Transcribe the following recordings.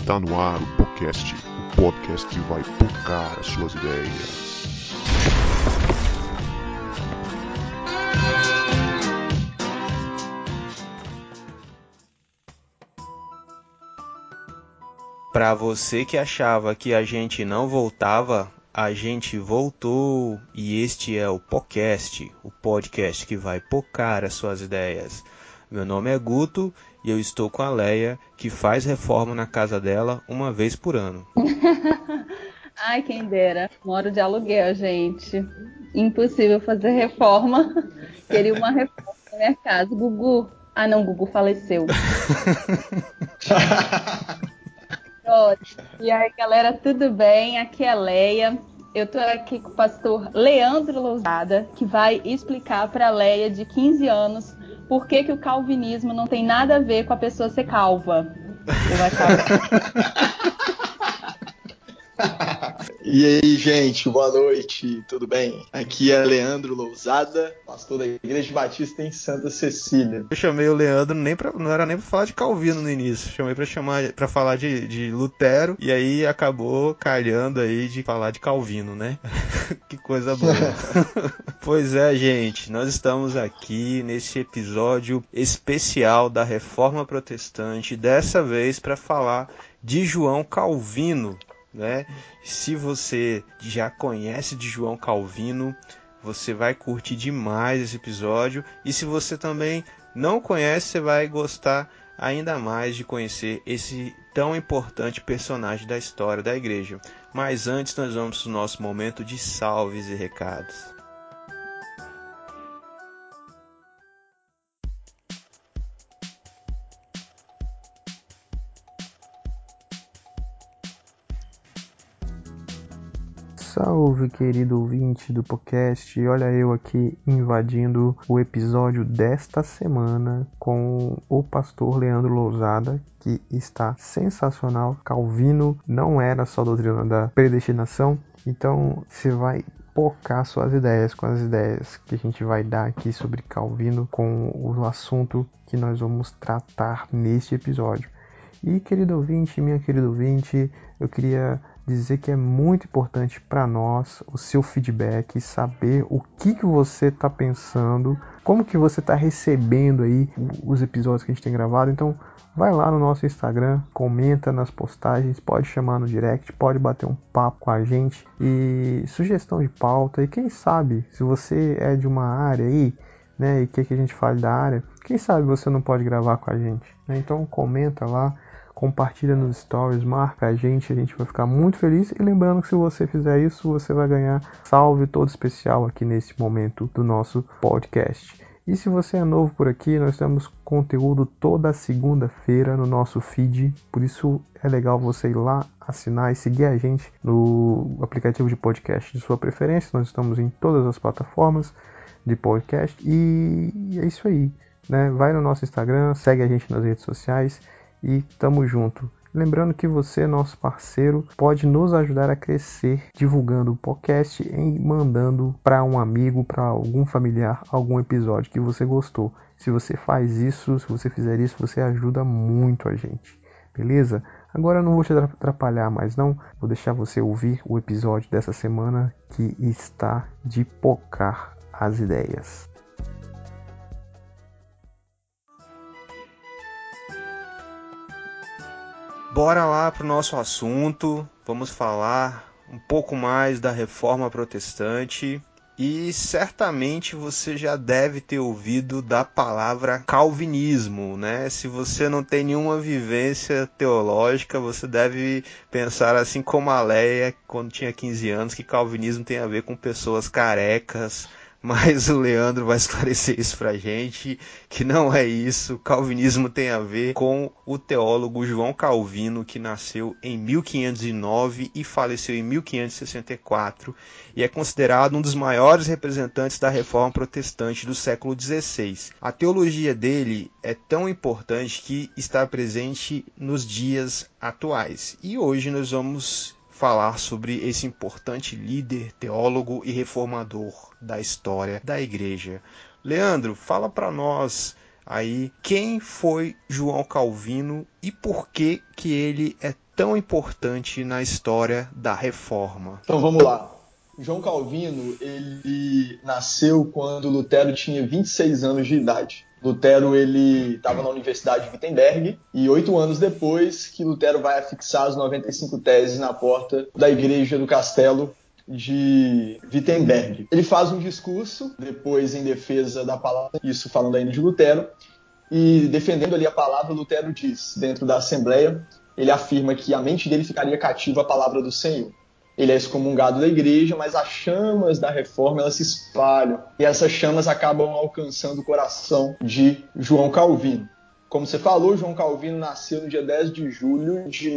Está no ar o podcast que vai tocar as suas ideias. Para você que achava que a gente não voltava, a gente voltou e este é o podcast que vai pocar as suas ideias. Meu nome é Guto e eu estou com a Leia, que faz reforma na casa dela uma vez por ano. Ai, quem dera. Moro de aluguel, gente. Impossível fazer reforma. Queria uma reforma na minha casa. Gugu. Ah, não, Gugu faleceu. Pronto. E aí, galera, tudo bem? Aqui é a Leia. Eu tô aqui com o pastor Leandro Lousada, que vai explicar para a Leia, de 15 anos, por que o calvinismo não tem nada a ver com a pessoa ser calva. Você vai saber. E aí, gente, boa noite, tudo bem? Aqui é Leandro Lousada, pastor da Igreja Batista em Santa Cecília. Eu chamei o Leandro, não era nem pra falar de Calvino no início, chamei pra falar de Lutero, e aí acabou calhando aí de falar de Calvino, né? Que coisa boa. Pois é, gente, nós estamos aqui nesse episódio especial da Reforma Protestante, dessa vez para falar de João Calvino, né? Se você já conhece de João Calvino, você vai curtir demais esse episódio, e se você também não conhece, você vai gostar ainda mais de conhecer esse tão importante personagem da história da igreja. Mas antes nós vamos para o nosso momento de salves e recados. Salve, querido ouvinte do podcast, olha eu aqui invadindo o episódio desta semana com o pastor Leandro Lousada, que está sensacional. Calvino não era só doutrina da predestinação, então você vai focar suas ideias com as ideias que a gente vai dar aqui sobre Calvino, com o assunto que nós vamos tratar neste episódio. E querido ouvinte, minha querida ouvinte, eu queria dizer que é muito importante para nós o seu feedback, saber o que você está pensando, como que você está recebendo aí os episódios que a gente tem gravado. Então vai lá no nosso Instagram, comenta nas postagens, pode chamar no direct, pode bater um papo com a gente, e sugestão de pauta, e quem sabe, se você é de uma área aí, né, e quer que a gente fale da área, quem sabe você não pode gravar com a gente, né? Então comenta lá, compartilha nos stories, marca a gente vai ficar muito feliz. E lembrando que se você fizer isso, você vai ganhar salve todo especial aqui nesse momento do nosso podcast. E se você é novo por aqui, nós temos conteúdo toda segunda-feira no nosso feed, por isso é legal você ir lá, assinar e seguir a gente no aplicativo de podcast de sua preferência. Nós estamos em todas as plataformas de podcast e é isso aí, né? Vai no nosso Instagram, segue a gente nas redes sociais e tamo junto. Lembrando que você, nosso parceiro, pode nos ajudar a crescer divulgando o podcast e mandando para um amigo, para algum familiar, algum episódio que você gostou. Se você faz isso, se você fizer isso, você ajuda muito a gente, beleza? Agora eu não vou te atrapalhar mais não, vou deixar você ouvir o episódio dessa semana que está de pocar as ideias. Bora lá para o nosso assunto, vamos falar um pouco mais da Reforma Protestante. E certamente você já deve ter ouvido da palavra calvinismo, né? Se você não tem nenhuma vivência teológica, você deve pensar assim como a Leia, quando tinha 15 anos, que calvinismo tem a ver com pessoas carecas. Mas o Leandro vai esclarecer isso pra gente, que não é isso. O calvinismo tem a ver com o teólogo João Calvino, que nasceu em 1509 e faleceu em 1564, e é considerado um dos maiores representantes da reforma protestante do século XVI. A teologia dele é tão importante que está presente nos dias atuais. E hoje nós vamos falar sobre esse importante líder, teólogo e reformador da história da igreja. Leandro, fala para nós Aí, quem foi João Calvino e por que ele é tão importante na história da Reforma? Então vamos lá. João Calvino, ele nasceu quando Lutero tinha 26 anos de idade. Lutero ele estava na Universidade de Wittenberg e 8 anos depois que Lutero vai afixar as 95 teses na porta da igreja do castelo de Wittenberg. Ele faz um discurso depois em defesa da palavra, isso falando ainda de Lutero, e defendendo ali a palavra, Lutero diz, dentro da Assembleia, ele afirma que a mente dele ficaria cativa à palavra do Senhor. Ele é excomungado da igreja, mas as chamas da reforma elas se espalham. E essas chamas acabam alcançando o coração de João Calvino. Como você falou, João Calvino nasceu no dia 10 de julho de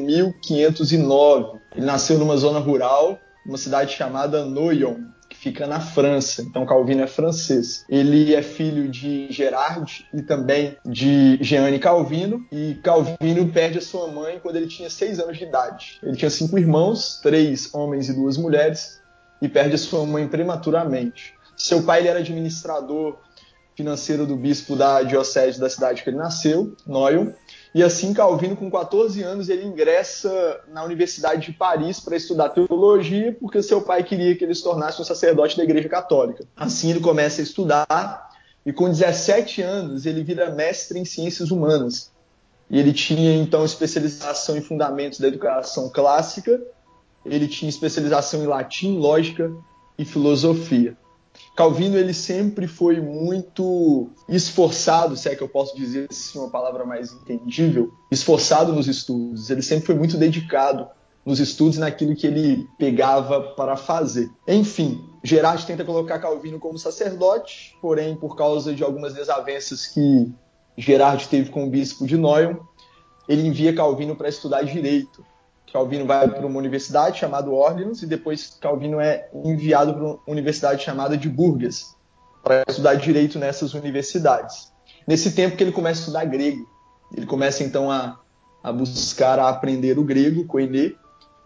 1509. Ele nasceu numa zona rural, numa cidade chamada Noyon, que fica na França. Então Calvino é francês. Ele é filho de Gerard e também de Jeanne Calvino. E Calvino perde a sua mãe quando ele tinha 6 anos de idade. Ele tinha 5 irmãos, 3 homens e 2 mulheres, e perde a sua mãe prematuramente. Seu pai ele era administrador financeiro do bispo da diocese da cidade que ele nasceu, Noyon. E assim, Calvino, com 14 anos, ele ingressa na Universidade de Paris para estudar teologia, porque seu pai queria que ele se tornasse um sacerdote da Igreja Católica. Assim, ele começa a estudar e, com 17 anos, ele vira mestre em ciências humanas. E ele tinha, então, especialização em fundamentos da educação clássica, ele tinha especialização em latim, lógica e filosofia. Calvino ele sempre foi muito esforçado, se é que eu posso dizer assim uma palavra mais entendível, esforçado nos estudos. Ele sempre foi muito dedicado nos estudos e naquilo que ele pegava para fazer. Enfim, Gerard tenta colocar Calvino como sacerdote, porém, por causa de algumas desavenças que Gerard teve com o bispo de Noyon, ele envia Calvino para estudar direito. Calvino vai para uma universidade chamada Orleans e depois Calvino é enviado para uma universidade chamada de Bourges para estudar direito nessas universidades. Nesse tempo que ele começa a estudar grego, ele começa então a buscar a aprender o grego, koiné,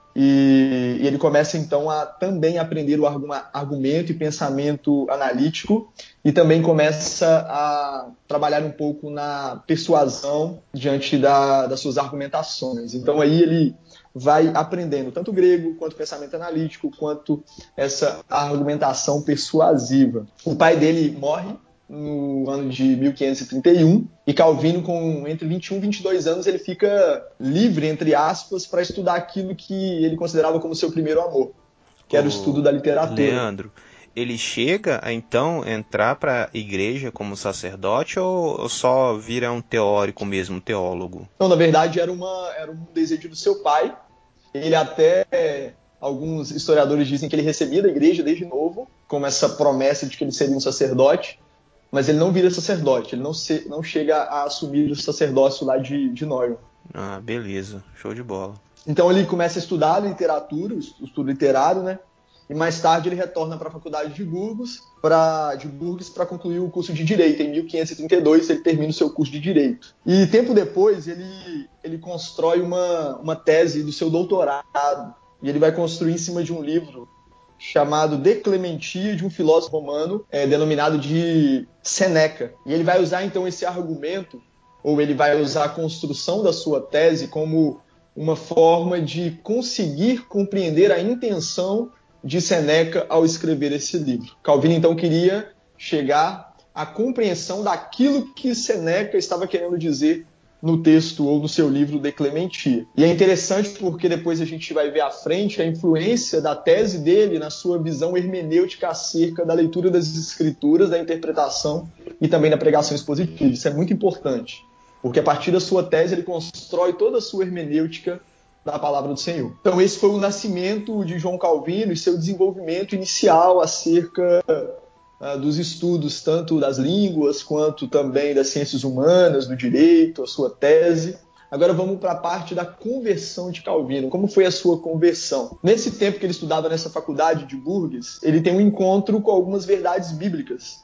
e ele começa então a também aprender o argumento e pensamento analítico e também começa a trabalhar um pouco na persuasão diante das suas argumentações. Então aí ele vai aprendendo tanto grego, quanto pensamento analítico, quanto essa argumentação persuasiva. O pai dele morre no ano de 1531, e Calvino, com entre 21 e 22 anos, ele fica livre, entre aspas, para estudar aquilo que ele considerava como seu primeiro amor, que era o estudo da literatura. Leandro, ele chega a então entrar para a igreja como sacerdote ou só vira um teórico mesmo, um teólogo? Não, na verdade era um desejo do seu pai. Ele até, alguns historiadores dizem que ele recebia da igreja desde novo, como essa promessa de que ele seria um sacerdote, mas ele não vira sacerdote, ele não chega a assumir o sacerdócio lá de Noyon. Ah, beleza, show de bola. Então ele começa a estudar literatura, o estudo literário, né? E mais tarde ele retorna para a faculdade de Burgos para concluir o curso de Direito. Em 1532 ele termina o seu curso de Direito. E tempo depois ele constrói uma tese do seu doutorado. E ele vai construir em cima de um livro chamado De Clementia, de um filósofo romano denominado de Sêneca. E ele vai usar então esse argumento, ou ele vai usar a construção da sua tese como uma forma de conseguir compreender a intenção de Sêneca ao escrever esse livro. Calvino então queria chegar à compreensão daquilo que Sêneca estava querendo dizer no texto ou no seu livro De Clementia. E é interessante porque depois a gente vai ver à frente a influência da tese dele na sua visão hermenêutica acerca da leitura das escrituras, da interpretação e também da pregação expositiva. Isso é muito importante, porque a partir da sua tese ele constrói toda a sua hermenêutica da palavra do Senhor. Então esse foi o nascimento de João Calvino e seu desenvolvimento inicial acerca dos estudos tanto das línguas quanto também das ciências humanas, do direito, a sua tese. Agora vamos para a parte da conversão de Calvino. Como foi a sua conversão? Nesse tempo que ele estudava nessa faculdade de Bourges, ele tem um encontro com algumas verdades bíblicas.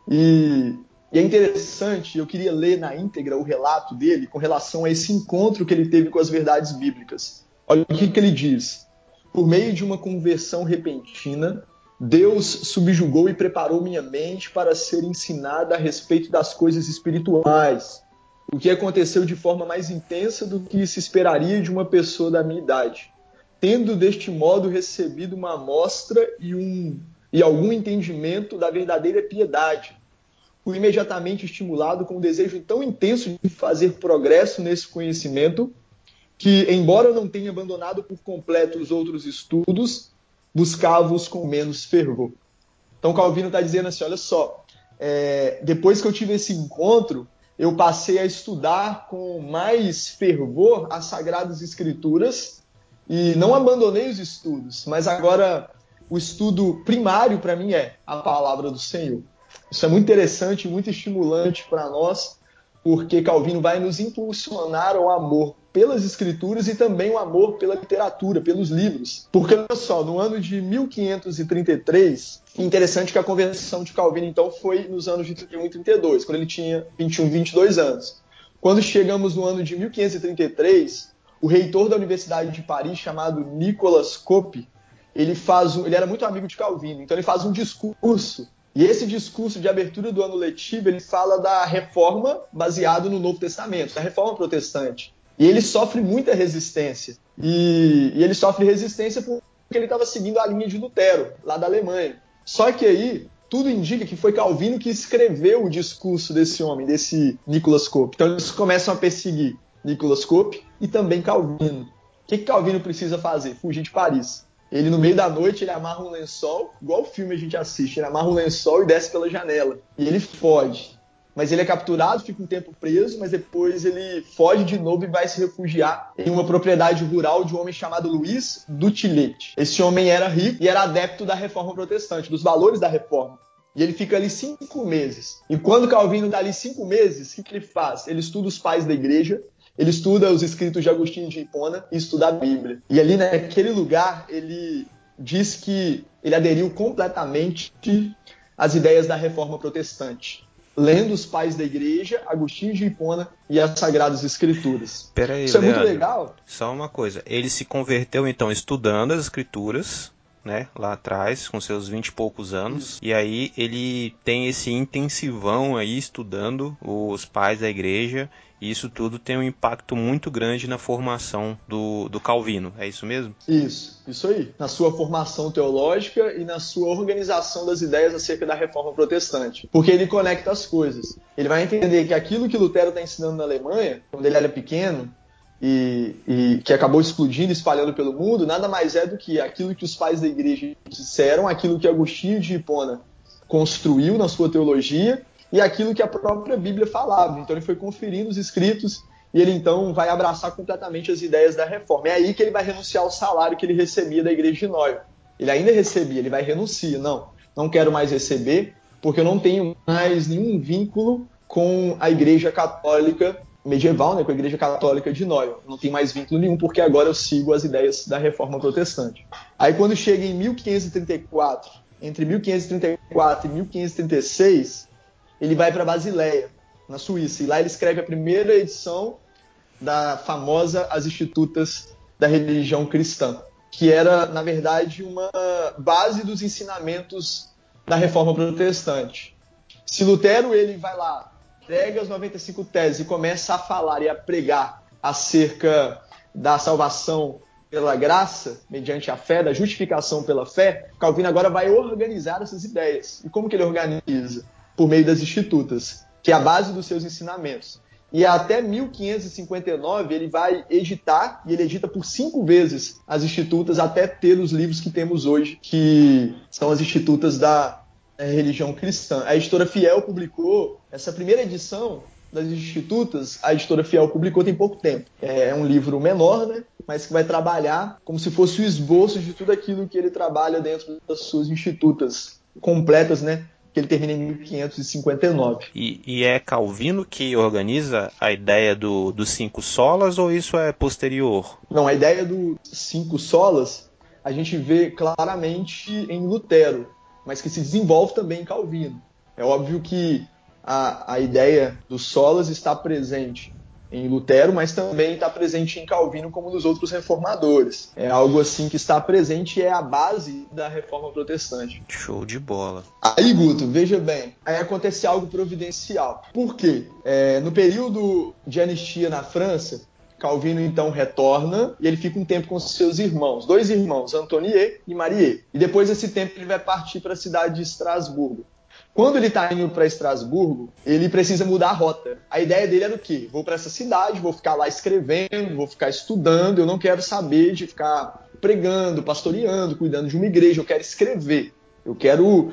E é interessante, eu queria ler na íntegra o relato dele com relação a esse encontro que ele teve com as verdades bíblicas. Olha o que ele diz. Por meio de uma conversão repentina, Deus subjugou e preparou minha mente para ser ensinada a respeito das coisas espirituais, o que aconteceu de forma mais intensa do que se esperaria de uma pessoa da minha idade, tendo deste modo recebido uma amostra e algum entendimento da verdadeira piedade. Fui imediatamente estimulado com um desejo tão intenso de fazer progresso nesse conhecimento que, embora eu não tenha abandonado por completo os outros estudos, buscava-os com menos fervor. Então Calvino está dizendo assim, olha só, depois que eu tive esse encontro, eu passei a estudar com mais fervor as Sagradas Escrituras e não abandonei os estudos, mas agora o estudo primário para mim é a palavra do Senhor. Isso é muito interessante, muito estimulante para nós, porque Calvino vai nos impulsionar ao amor pelas escrituras e também o amor pela literatura, pelos livros. Porque, olha só, no ano de 1533, interessante que a conversão de Calvino, então, foi nos anos de 31 e 32, quando ele tinha 21, 22 anos. Quando chegamos no ano de 1533, o reitor da Universidade de Paris, chamado Nicolas Coppi, ele era muito amigo de Calvino, então ele faz um discurso. E esse discurso de abertura do ano letivo, ele fala da reforma baseado no Novo Testamento, da reforma protestante. E ele sofre muita resistência. E ele sofre resistência porque ele estava seguindo a linha de Lutero, lá da Alemanha. Só que aí, tudo indica que foi Calvino que escreveu o discurso desse homem, desse Nicolas Coppi. Então eles começam a perseguir Nicolas Coppi e também Calvino. O que Calvino precisa fazer? Fugir de Paris. Ele, no meio da noite, ele amarra um lençol, igual o filme a gente assiste, ele amarra um lençol e desce pela janela. E ele foge. Mas ele é capturado, fica um tempo preso, mas depois ele foge de novo e vai se refugiar em uma propriedade rural de um homem chamado Luiz Dutillet. Esse homem era rico e era adepto da reforma protestante, dos valores da reforma. E ele fica ali 5 meses. E quando Calvino está ali 5 meses, o que ele faz? Ele estuda os pais da igreja, ele estuda os escritos de Agostinho de Hipona e estuda a Bíblia. E ali naquele lugar, ele diz que ele aderiu completamente às ideias da reforma protestante, lendo os pais da igreja, Agostinho de Hipona e as Sagradas Escrituras. Peraí, Isso é Leandro, muito legal. Só uma coisa, ele se converteu então estudando as Escrituras, né, lá atrás, com seus 20 e poucos anos, e aí ele tem esse intensivão aí estudando os pais da igreja, e isso tudo tem um impacto muito grande na formação do Calvino, é isso mesmo? Isso aí. Na sua formação teológica e na sua organização das ideias acerca da reforma protestante. Porque ele conecta as coisas. Ele vai entender que aquilo que Lutero está ensinando na Alemanha, quando ele era pequeno, e que acabou explodindo, espalhando pelo mundo, nada mais é do que aquilo que os pais da igreja disseram, aquilo que Agostinho de Hipona construiu na sua teologia e aquilo que a própria Bíblia falava. Então ele foi conferindo os escritos e ele então vai abraçar completamente as ideias da reforma. É aí que ele vai renunciar ao salário que ele recebia da igreja de Neumann. Ele ainda recebia, ele vai renunciar. Não quero mais receber porque eu não tenho mais nenhum vínculo com a igreja católica medieval, né, com a igreja católica de Neumann. Não tem mais vínculo nenhum porque agora eu sigo as ideias da reforma protestante. Aí quando chega em 1534, entre 1534 e 1536, ele vai para Basileia, na Suíça, e lá ele escreve a primeira edição da famosa As Institutas da Religião Cristã, que era, na verdade, uma base dos ensinamentos da Reforma Protestante. Se Lutero ele vai lá, prega as 95 teses e começa a falar e a pregar acerca da salvação pela graça, mediante a fé, da justificação pela fé, Calvino agora vai organizar essas ideias. E como que ele organiza? Por meio das Institutas, que é a base dos seus ensinamentos. E até 1559 ele vai editar, e ele edita por 5 vezes as Institutas até ter os livros que temos hoje, que são as Institutas da religião cristã. A editora Fiel publicou essa primeira edição das Institutas, a editora Fiel publicou tem pouco tempo. É um livro menor, né, mas que vai trabalhar como se fosse o esboço de tudo aquilo que ele trabalha dentro das suas Institutas completas, né, que ele termina em 1559. E é Calvino que organiza a ideia dos 5 solas ou isso é posterior? Não, a ideia dos 5 solas a gente vê claramente em Lutero, mas que se desenvolve também em Calvino. É óbvio que a ideia dos solas está presente em Lutero, mas também está presente em Calvino como nos outros reformadores. É algo assim que está presente e é a base da reforma protestante. Show de bola. Aí, Guto, veja bem, aí acontece algo providencial. Por quê? No período de anistia na França, Calvino então retorna e ele fica um tempo com seus irmãos, 2 irmãos, Antonier e Marie. E depois desse tempo ele vai partir para a cidade de Estrasburgo. Quando ele está indo para Estrasburgo, ele precisa mudar a rota. A ideia dele era o quê? Vou para essa cidade, vou ficar lá escrevendo, vou ficar estudando, eu não quero saber de ficar pregando, pastoreando, cuidando de uma igreja, eu quero escrever. Eu quero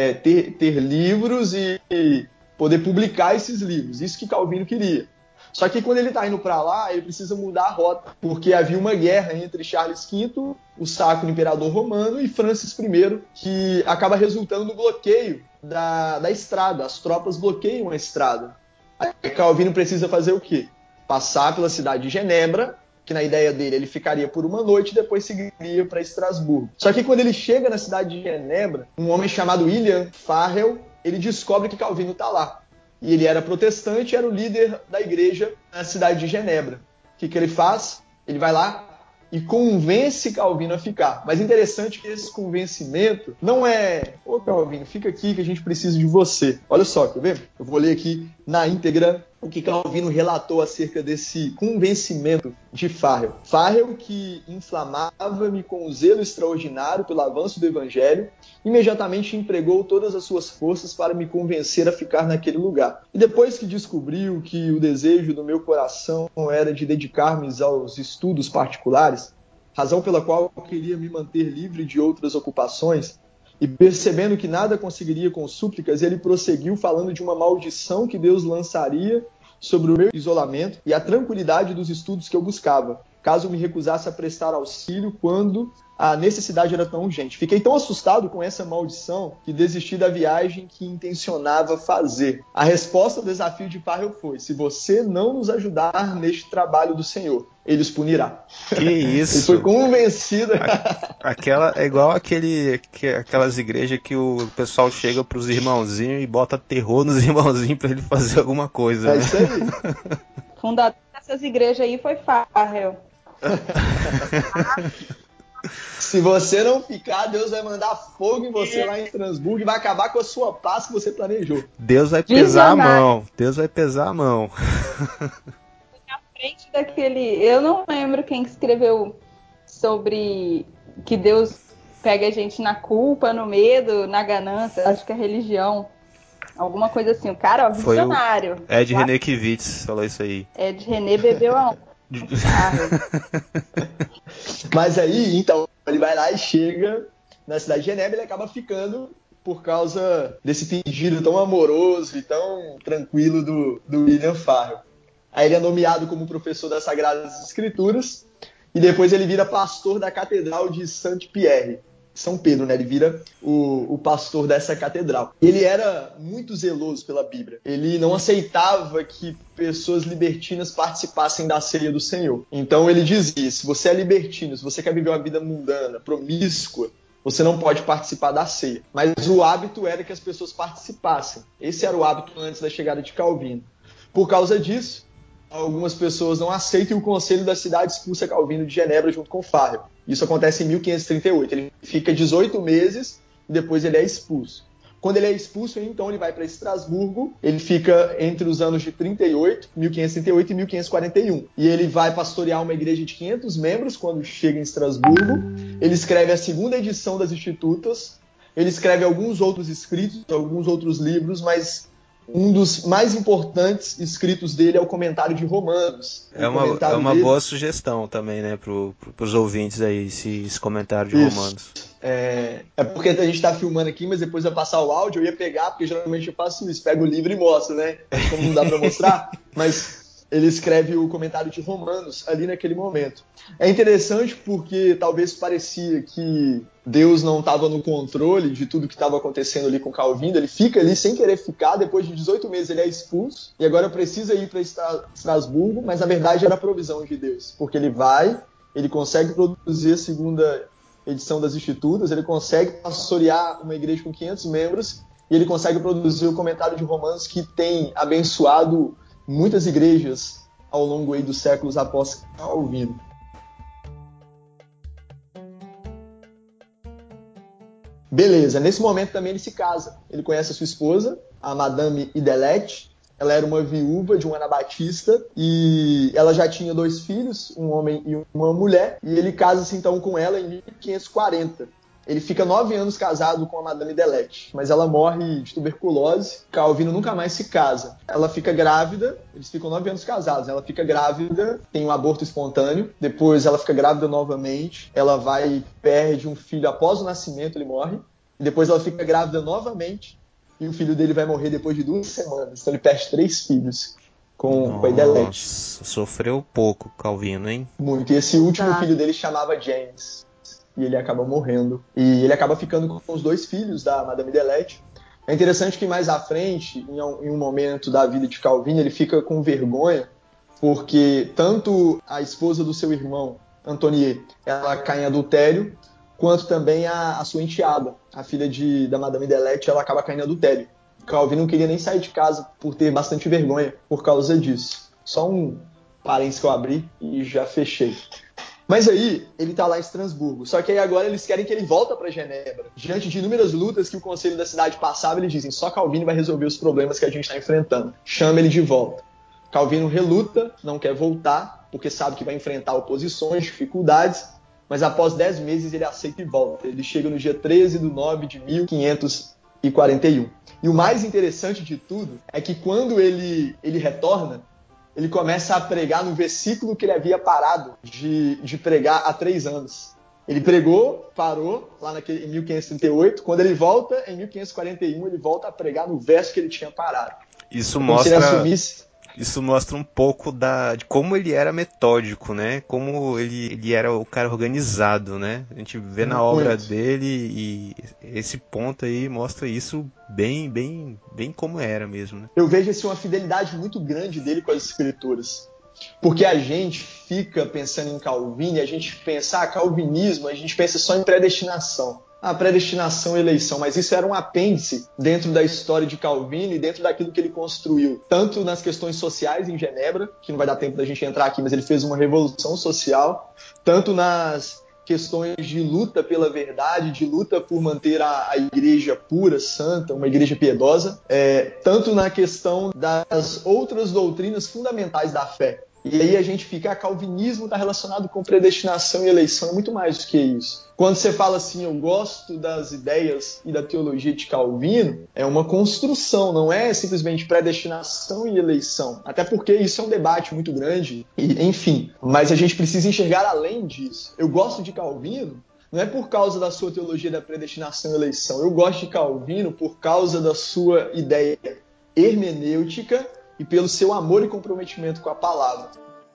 ter livros e poder publicar esses livros. Isso que Calvino queria. Só que quando ele está indo para lá, ele precisa mudar a rota, porque havia uma guerra entre Charles V, o Sacro Imperador Romano, e Francis I, que acaba resultando no bloqueio da estrada. As tropas bloqueiam a estrada. Aí Calvino precisa fazer o quê? Passar pela cidade de Genebra, que na ideia dele ele ficaria por uma noite e depois seguiria para Estrasburgo. Só que quando ele chega na cidade de Genebra, um homem chamado William Farel, ele descobre que Calvino está lá. E ele era protestante, era o líder da igreja na cidade de Genebra. O que ele faz? Ele vai lá e convence Calvino a ficar. Mas interessante que esse convencimento não é: ô Calvino, fica aqui que a gente precisa de você. Olha só, quer ver? Eu vou ler aqui na íntegra o que Calvino relatou acerca desse convencimento de Farel. Farel, que inflamava-me com o zelo extraordinário pelo avanço do evangelho, imediatamente empregou todas as suas forças para me convencer a ficar naquele lugar. E depois que descobriu que o desejo do meu coração era de dedicar-me aos estudos particulares, razão pela qual eu queria me manter livre de outras ocupações, e percebendo que nada conseguiria com súplicas, ele prosseguiu falando de uma maldição que Deus lançaria sobre o meu isolamento e a tranquilidade dos estudos que eu buscava, caso eu me recusasse a prestar auxílio quando a necessidade era tão urgente. Fiquei tão assustado com essa maldição que desisti da viagem que intencionava fazer. A resposta ao desafio de Farel foi: se você não nos ajudar neste trabalho do Senhor, ele os punirá. Que isso? Ele foi convencido. É igual aquelas igrejas que o pessoal chega pros irmãozinhos e bota terror nos irmãozinhos pra ele fazer alguma coisa. É né? isso aí. O fundador dessas igrejas aí foi Farel. Se você não ficar, Deus vai mandar fogo em você lá em Estrasburgo e vai acabar com a sua paz que você planejou. Deus vai pesar a mão. Deus vai pesar a mão. Na frente daquele... Eu não lembro quem escreveu sobre que Deus pega a gente na culpa, no medo, na ganância. Acho que é religião. Alguma coisa assim. O cara, ó, visionário. Foi o Ed Renekiewicz falou isso aí. Ed René bebeu a onda. Mas aí, então, ele vai lá e chega na cidade de Genebra e ele acaba ficando por causa desse pedido tão amoroso e tão tranquilo do William Farel. Aí ele é nomeado como professor das Sagradas Escrituras e depois ele vira pastor da Catedral de Saint-Pierre. São Pedro, né? Ele vira o pastor dessa catedral. Ele era muito zeloso pela Bíblia. Ele não aceitava que pessoas libertinas participassem da ceia do Senhor. Então ele dizia: se você é libertino, se você quer viver uma vida mundana, promíscua, você não pode participar da ceia. Mas o hábito era que as pessoas participassem. Esse era o hábito antes da chegada de Calvino. Por causa disso, algumas pessoas não aceitam e o conselho da cidade expulsa Calvino de Genebra junto com Farel. Isso acontece em 1538. Ele fica 18 meses e depois ele é expulso. Quando ele é expulso, então ele vai para Estrasburgo. Ele fica entre os anos de 1538 e 1541. E ele vai pastorear uma igreja de 500 membros quando chega em Estrasburgo. Ele escreve a segunda edição das Institutas. Ele escreve alguns outros escritos, alguns outros livros, mas um dos mais importantes escritos dele é o comentário de Romanos. É uma boa sugestão também, né, pros ouvintes aí, esse comentário de Romanos. É porque a gente tá filmando aqui, mas depois vai passar o áudio, eu ia pegar, porque geralmente eu faço isso, pego o livro e mostro, né? Como não dá pra mostrar, mas ele escreve o comentário de Romanos ali naquele momento. É interessante porque talvez parecia que Deus não estava no controle de tudo que estava acontecendo ali com Calvino. Ele fica ali sem querer ficar, depois de 18 meses ele é expulso e agora precisa ir para Estrasburgo, mas na verdade era a provisão de Deus, porque ele vai, ele consegue produzir a segunda edição das Institutas, ele consegue pastorear uma igreja com 500 membros e ele consegue produzir o comentário de Romanos que tem abençoado muitas igrejas ao longo aí dos séculos após Calvino. Beleza, nesse momento também ele se casa. Ele conhece a sua esposa, a Madame Idelette. Ela era uma viúva de um anabatista e ela já tinha 2 filhos, um homem e uma mulher, e ele casa-se então com ela em 1540. Ele fica 9 anos casado com a Madame Idelette, mas ela morre de tuberculose. Calvino nunca mais se casa. Ela fica grávida, eles ficam 9 anos casados. Ela fica grávida, tem um aborto espontâneo, depois ela fica grávida novamente, ela vai e perde um filho após o nascimento, ele morre, e depois ela fica grávida novamente, e o filho dele vai morrer depois de 2 semanas. Então ele perde 3 filhos com a Idelette. Nossa, sofreu pouco Calvino, hein? Muito. E esse último filho dele chamava James. E ele acaba morrendo. E ele acaba ficando com os 2 filhos da Madame Idelette. É interessante que mais à frente, em um momento da vida de Calvino, ele fica com vergonha, porque tanto a esposa do seu irmão, Antonier, ela cai em adultério, quanto também a sua enteada, a filha da Madame Idelette, ela acaba caindo em adultério. Calvino não queria nem sair de casa por ter bastante vergonha por causa disso. Só um parênteses que eu abri e já fechei. Mas aí, ele tá lá em Estrasburgo. Só que aí agora eles querem que ele volte para Genebra. Diante de inúmeras lutas que o conselho da cidade passava, eles dizem, só Calvino vai resolver os problemas que a gente está enfrentando. Chama ele de volta. Calvino reluta, não quer voltar, porque sabe que vai enfrentar oposições, dificuldades, mas após 10 meses ele aceita e volta. Ele chega no dia 13 de nove de 1541. E o mais interessante de tudo é que quando ele retorna, ele começa a pregar no versículo que ele havia parado de pregar há 3 anos. Ele pregou, parou lá em 1538. Quando ele volta, em 1541, ele volta a pregar no verso que ele tinha parado. Isso Como se ele mostra assumisse... Isso mostra um pouco de como ele era metódico, né? Como ele era o cara organizado, né? A gente vê na obra dele e esse ponto aí mostra isso bem como era mesmo, né? Eu vejo assim, uma fidelidade muito grande dele com as escrituras. Porque a gente fica pensando em Calvino e a gente pensa, calvinismo, a gente pensa só em predestinação. Predestinação e eleição, mas isso era um apêndice dentro da história de Calvino e dentro daquilo que ele construiu, tanto nas questões sociais em Genebra, que não vai dar tempo da gente entrar aqui, mas ele fez uma revolução social, tanto nas questões de luta pela verdade, de luta por manter a igreja pura, santa, uma igreja piedosa, tanto na questão das outras doutrinas fundamentais da fé. E aí a gente fica, calvinismo está relacionado com predestinação e eleição, é muito mais do que isso. Quando você fala assim, eu gosto das ideias e da teologia de Calvino, é uma construção, não é simplesmente predestinação e eleição. Até porque isso é um debate muito grande, enfim. Mas a gente precisa enxergar além disso. Eu gosto de Calvino, não é por causa da sua teologia da predestinação e eleição. Eu gosto de Calvino por causa da sua ideia hermenêutica e pelo seu amor e comprometimento com a palavra.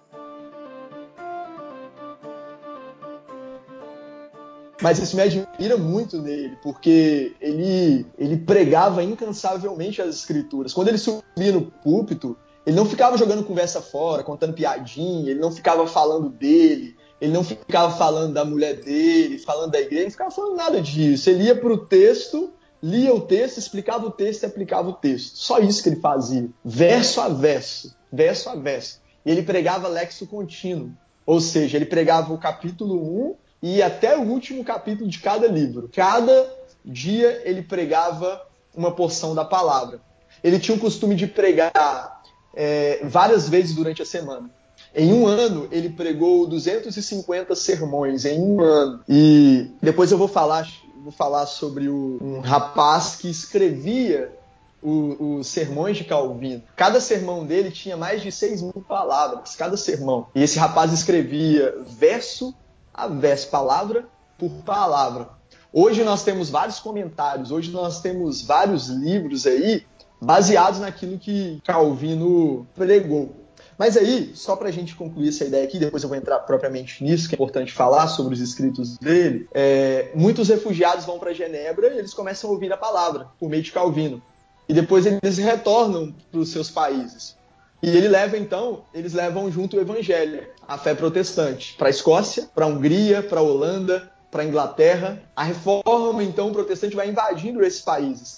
Mas isso me admira muito nele, porque ele pregava incansavelmente as escrituras. Quando ele subia no púlpito, ele não ficava jogando conversa fora, contando piadinha, ele não ficava falando dele, ele não ficava falando da mulher dele, falando da igreja, ele não ficava falando nada disso. Ele ia para o texto, lia o texto, explicava o texto e aplicava o texto. Só isso que ele fazia, verso a verso, verso a verso. E ele pregava lexo contínuo, ou seja, ele pregava o capítulo 1 e até o último capítulo de cada livro. Cada dia ele pregava uma porção da palavra. Ele tinha o costume de pregar várias vezes durante a semana. Em um ano, ele pregou 250 sermões, em um ano. E depois eu vou falar sobre um rapaz que escrevia os sermões de Calvino. Cada sermão dele tinha mais de 6.000 palavras, cada sermão. E esse rapaz escrevia verso a verso, palavra por palavra. Hoje nós temos vários comentários, hoje nós temos vários livros aí baseados naquilo que Calvino pregou. Mas aí, só para a gente concluir essa ideia aqui, depois eu vou entrar propriamente nisso, que é importante falar sobre os escritos dele, muitos refugiados vão para Genebra e eles começam a ouvir a palavra por meio de Calvino. E depois eles retornam para os seus países. E eles levam junto o evangelho, a fé protestante, para a Escócia, para a Hungria, para a Holanda, para a Inglaterra. A reforma, então, protestante vai invadindo esses países.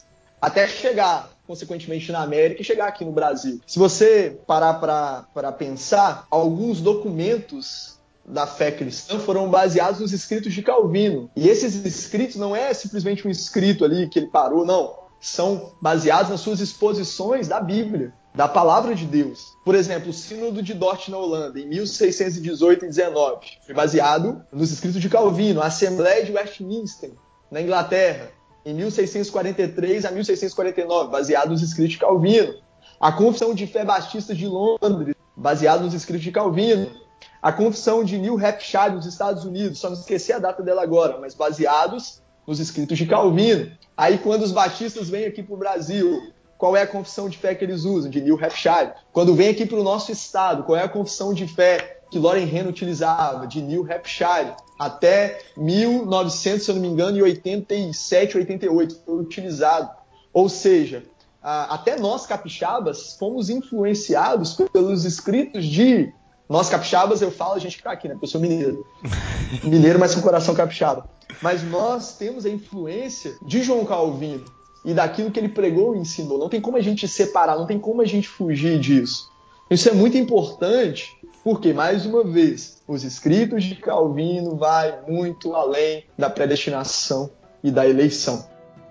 até chegar, consequentemente, na América e chegar aqui no Brasil. Se você parar para pensar, alguns documentos da fé cristã foram baseados nos escritos de Calvino. E esses escritos não é simplesmente um escrito ali que ele parou, não. São baseados nas suas exposições da Bíblia, da palavra de Deus. Por exemplo, o Sínodo de Dort na Holanda, em 1618 e 19, foi baseado nos escritos de Calvino. A Assembleia de Westminster, na Inglaterra, em 1643 a 1649, baseado nos escritos de Calvino. A Confissão de Fé Batista de Londres, baseado nos escritos de Calvino. A Confissão de New Hampshire, nos Estados Unidos, só não esqueci a data dela agora, mas baseados nos escritos de Calvino. Aí, quando os batistas vêm aqui para o Brasil, qual é a confissão de fé que eles usam? De New Hampshire. Quando vem aqui para o nosso estado, qual é a confissão de fé que Loren Hannah utilizava? De New Hampshire. Até 1900, se eu não me engano, em 87, 88 foi utilizado. Ou seja, até nós capixabas fomos influenciados pelos escritos de... Nós capixabas, eu falo a gente que tá aqui, né? Porque eu sou mineiro. Mineiro, mas com coração capixaba. Mas nós temos a influência de João Calvino e daquilo que ele pregou e ensinou. Não tem como a gente separar, não tem como a gente fugir disso. Isso é muito importante, porque, mais uma vez, os escritos de Calvino vai muito além da predestinação e da eleição.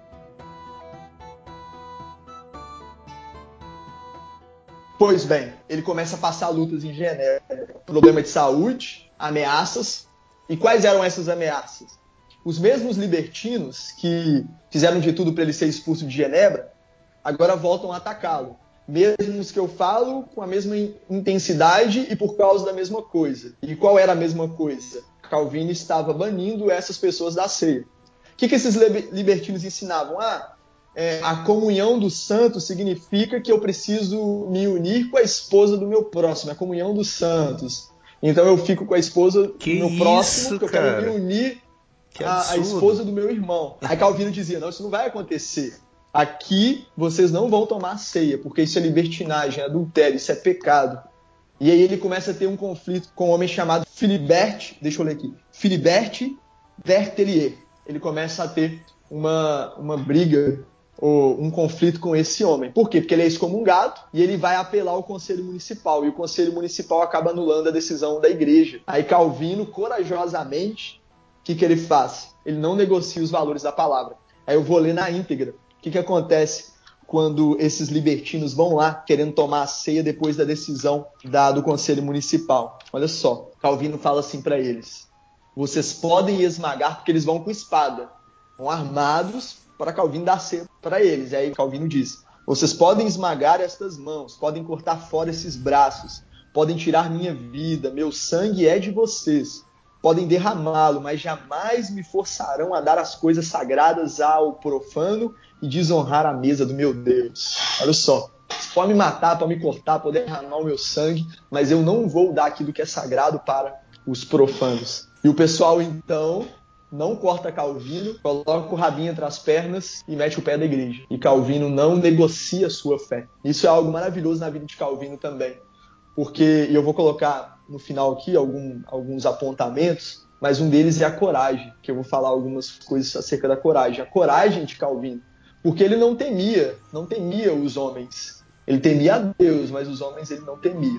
Pois bem, ele começa a passar lutas em Genebra. Problema de saúde, ameaças. E quais eram essas ameaças? Os mesmos libertinos que fizeram de tudo para ele ser expulso de Genebra, agora voltam a atacá-lo. Mesmos que eu falo com a mesma intensidade e por causa da mesma coisa. E qual era a mesma coisa? Calvino estava banindo essas pessoas da ceia. O que esses libertinos ensinavam? A comunhão dos santos significa que eu preciso me unir com a esposa do meu próximo. A comunhão dos santos. Então eu fico com a esposa do meu próximo, porque eu quero me unir à esposa do meu irmão. Aí Calvino dizia, não, isso não vai acontecer. Aqui vocês não vão tomar ceia, porque isso é libertinagem, é adultério, isso é pecado. E aí ele começa a ter um conflito com um homem chamado Philibert, deixa eu ler aqui, Philibert Berthelier. Ele começa a ter uma briga ou um conflito com esse homem. Por quê? Porque ele é excomungado e ele vai apelar ao Conselho Municipal. E o Conselho Municipal acaba anulando a decisão da igreja. Aí Calvino, corajosamente, o que ele faz? Ele não negocia os valores da palavra. Aí eu vou ler na íntegra. O que acontece quando esses libertinos vão lá querendo tomar a ceia depois da decisão do Conselho Municipal? Olha só, Calvino fala assim para eles. Vocês podem esmagar, porque eles vão com espada. Vão armados para Calvino dar ceia para eles. E aí Calvino diz, vocês podem esmagar estas mãos, podem cortar fora esses braços, podem tirar minha vida, meu sangue é de vocês. Podem derramá-lo, mas jamais me forçarão a dar as coisas sagradas ao profano e desonrar a mesa do meu Deus. Olha só, pode me matar, pode me cortar, pode derramar o meu sangue, mas eu não vou dar aquilo que é sagrado para os profanos. E o pessoal, então, não corta Calvino, coloca o rabinho entre as pernas e mete o pé da igreja. E Calvino não negocia a sua fé. Isso é algo maravilhoso na vida de Calvino também. Porque, e eu vou colocar no final aqui alguns apontamentos, mas um deles é a coragem, que eu vou falar algumas coisas acerca da coragem. A coragem de Calvino, porque ele não temia os homens. Ele temia a Deus, mas os homens ele não temia.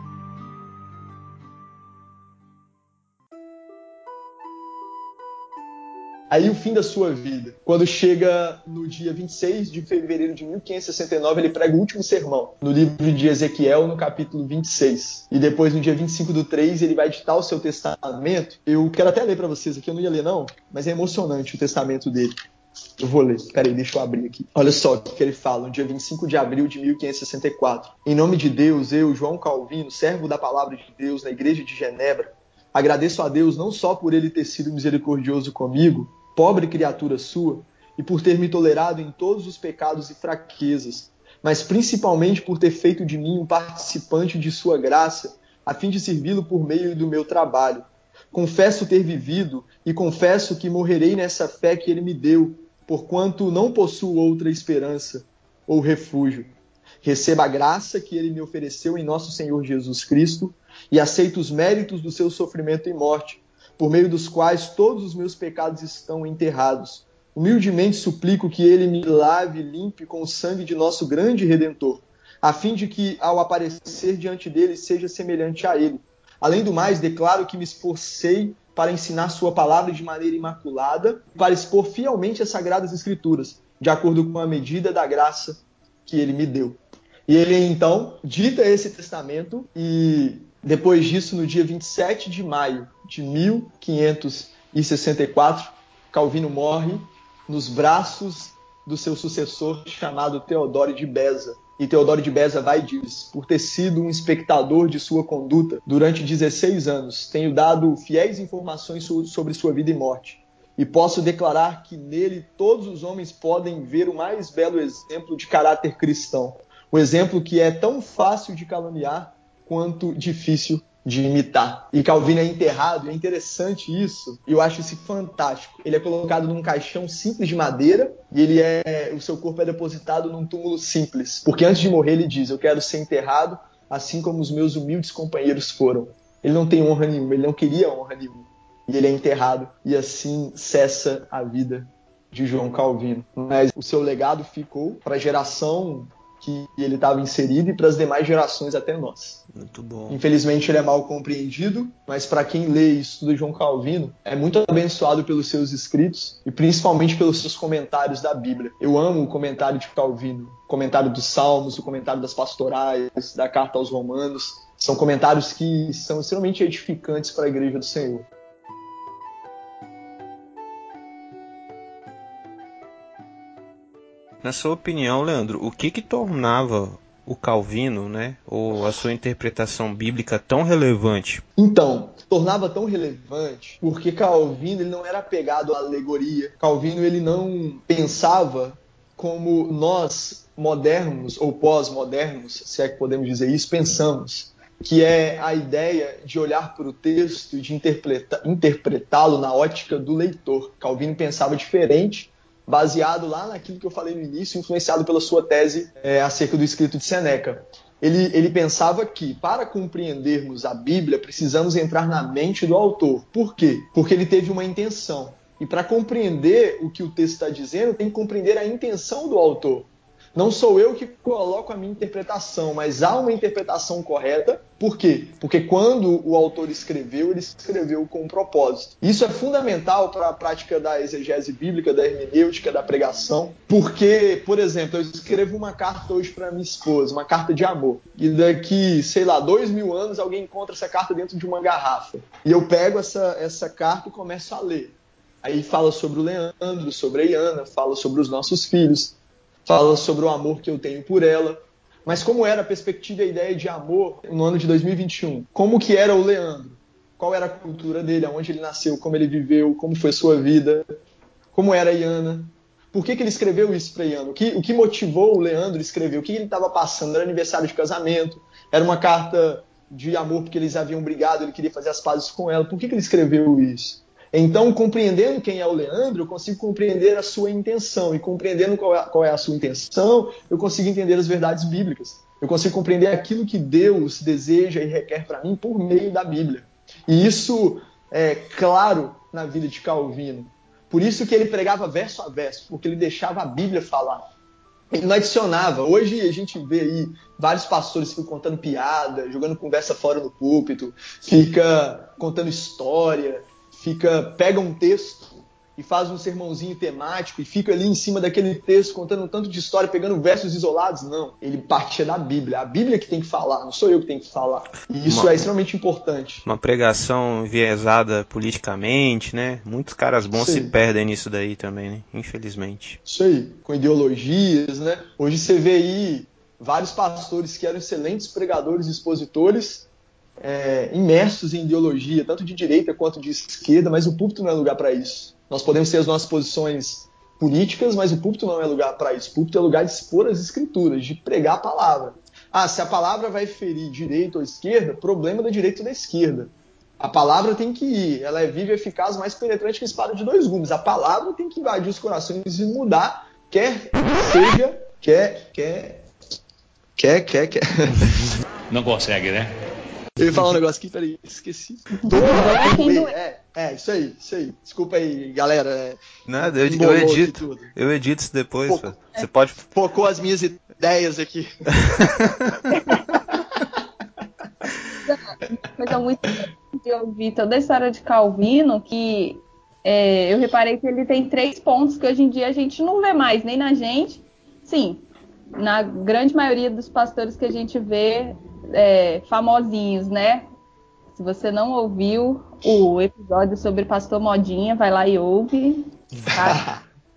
Aí o fim da sua vida. Quando chega no dia 26 de fevereiro de 1569, ele prega o último sermão, no livro de Ezequiel, no capítulo 26. E depois, no dia 25/3, ele vai ditar o seu testamento. Eu quero até ler para vocês aqui, eu não ia ler não, mas é emocionante o testamento dele. Eu vou ler, peraí, deixa eu abrir aqui. Olha só o que ele fala, no dia 25 de abril de 1564. Em nome de Deus, eu, João Calvino, servo da palavra de Deus na igreja de Genebra, agradeço a Deus não só por ele ter sido misericordioso comigo, pobre criatura sua, e por ter me tolerado em todos os pecados e fraquezas, mas principalmente por ter feito de mim um participante de sua graça, a fim de servi-lo por meio do meu trabalho. Confesso ter vivido e confesso que morrerei nessa fé que ele me deu, porquanto não possuo outra esperança ou refúgio. Receba a graça que ele me ofereceu em nosso Senhor Jesus Cristo e aceito os méritos do seu sofrimento e morte, por meio dos quais todos os meus pecados estão enterrados, Humildemente suplico que ele me lave e limpe com o sangue de nosso grande Redentor, a fim de que, ao aparecer diante dele, seja semelhante a ele. Além do mais, declaro que me esforcei para ensinar sua palavra de maneira imaculada, para expor fielmente as Sagradas Escrituras, de acordo com a medida da graça que ele me deu. E ele, então, dita esse testamento e, depois disso, no dia 27 de maio de 1564, Calvino morre nos braços do seu sucessor chamado Teodoro de Beza. E Teodoro de Beza vai e diz: por ter sido um espectador de sua conduta durante 16 anos, tenho dado fiéis informações sobre sua vida e morte. E posso declarar que nele todos os homens podem ver o mais belo exemplo de caráter cristão. O exemplo que é tão fácil de caluniar quanto difícil de imitar. E Calvino é enterrado, é interessante isso, e eu acho isso fantástico. Ele é colocado num caixão simples de madeira e o seu corpo é depositado num túmulo simples, porque antes de morrer ele diz: eu quero ser enterrado assim como os meus humildes companheiros foram. Ele não tem honra nenhuma, ele não queria honra nenhuma, e ele é enterrado, e assim cessa a vida de João Calvino. Mas o seu legado ficou para a geração que ele estava inserido e para as demais gerações até nós. Muito bom. Infelizmente ele é mal compreendido, mas para quem lê e estuda João Calvino, é muito abençoado pelos seus escritos e principalmente pelos seus comentários da Bíblia. Eu amo o comentário de Calvino, o comentário dos Salmos, o comentário das Pastorais, da Carta aos Romanos. São comentários que são extremamente edificantes para a Igreja do Senhor. Na sua opinião, Leandro, o que tornava o Calvino, né, ou a sua interpretação bíblica tão relevante? Então, tornava tão relevante porque Calvino ele não era apegado à alegoria. Calvino ele não pensava como nós modernos ou pós-modernos, se é que podemos dizer isso, pensamos, que é a ideia de olhar para o texto e de interpretá-lo na ótica do leitor. Calvino pensava diferente, baseado lá naquilo que eu falei no início, influenciado pela sua tese acerca do escrito de Sêneca. Ele pensava que, para compreendermos a Bíblia, precisamos entrar na mente do autor. Por quê? Porque ele teve uma intenção. E para compreender o que o texto está dizendo, tem que compreender a intenção do autor. Não sou eu que coloco a minha interpretação, mas há uma interpretação correta. Por quê? Porque quando o autor escreveu, ele escreveu com um propósito. Isso é fundamental para a prática da exegese bíblica, da hermenêutica, da pregação. Porque, por exemplo, eu escrevo uma carta hoje para minha esposa, uma carta de amor. E daqui, 2000 anos, alguém encontra essa carta dentro de uma garrafa. E eu pego essa carta e começo a ler. Aí fala sobre o Leandro, sobre a Iana, fala sobre os nossos filhos, fala sobre o amor que eu tenho por ela. Mas como era a perspectiva e a ideia de amor no ano de 2021? Como que era o Leandro? Qual era a cultura dele? Aonde ele nasceu? Como ele viveu? Como foi sua vida? Como era a Iana? Por que ele escreveu isso para a Iana? O que motivou o Leandro a escrever? O que ele estava passando? Era aniversário de casamento? Era uma carta de amor porque eles haviam brigado, ele queria fazer as pazes com ela? Por que ele escreveu isso? Então, compreendendo quem é o Leandro, eu consigo compreender a sua intenção. E compreendendo qual é a sua intenção, eu consigo entender as verdades bíblicas. Eu consigo compreender aquilo que Deus deseja e requer para mim por meio da Bíblia. E isso é claro na vida de Calvino. Por isso que ele pregava verso a verso, porque ele deixava a Bíblia falar. Ele não adicionava. Hoje a gente vê aí vários pastores ficam contando piada, jogando conversa fora no púlpito, fica contando história, pega um texto e faz um sermãozinho temático e fica ali em cima daquele texto contando um tanto de história, pegando versos isolados. Não, ele partia da Bíblia. A Bíblia que tem que falar, não sou eu que tenho que falar. E isso é extremamente importante. Uma pregação enviesada politicamente, né? Muitos caras bons se perdem nisso daí também, né? Infelizmente. Isso aí, com ideologias, né? Hoje você vê aí vários pastores que eram excelentes pregadores e expositores, imersos em ideologia, tanto de direita quanto de esquerda, mas o púlpito não é lugar para isso. Nós podemos ter as nossas posições políticas, mas o púlpito não é lugar para isso. O púlpito é lugar de expor as escrituras, de pregar a palavra. Se a palavra vai ferir direita ou esquerda, problema da direita ou da esquerda. A palavra tem que ir, ela é viva e eficaz, mais penetrante que a espada de dois gumes. A palavra tem que invadir os corações e mudar, quer. Não consegue, né? Eu ia falar um negócio aqui, peraí, esqueci. Isso aí. Desculpa aí, galera. Nada, eu edito isso depois. Você pode... Focou as minhas ideias aqui. Coisa muito de ouvir toda a história de Calvino, que eu reparei que ele tem 3 pontos que hoje em dia a gente não vê mais, nem na gente. Sim, na grande maioria dos pastores que a gente vê famosinhos, né? Se você não ouviu o episódio sobre Pastor Modinha, vai lá e ouve. Tá?